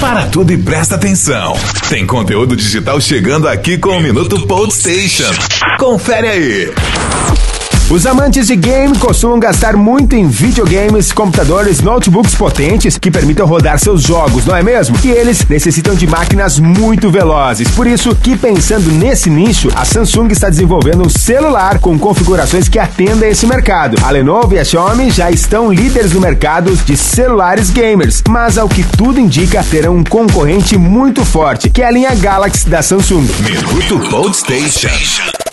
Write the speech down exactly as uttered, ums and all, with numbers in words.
Para tudo e presta atenção. Tem conteúdo digital chegando aqui com o Minuto Poldstation. Confere aí. Os amantes de game costumam gastar muito em videogames, computadores, notebooks potentes que permitam rodar seus jogos, não é mesmo? E eles necessitam de máquinas muito velozes. Por isso que, pensando nesse nicho, a Samsung está desenvolvendo um celular com configurações que atendem a esse mercado. A Lenovo e a Xiaomi já estão líderes no mercado de celulares gamers, mas ao que tudo indica, terão um concorrente muito forte, que é a linha Galaxy da Samsung. Minuto Poldstation.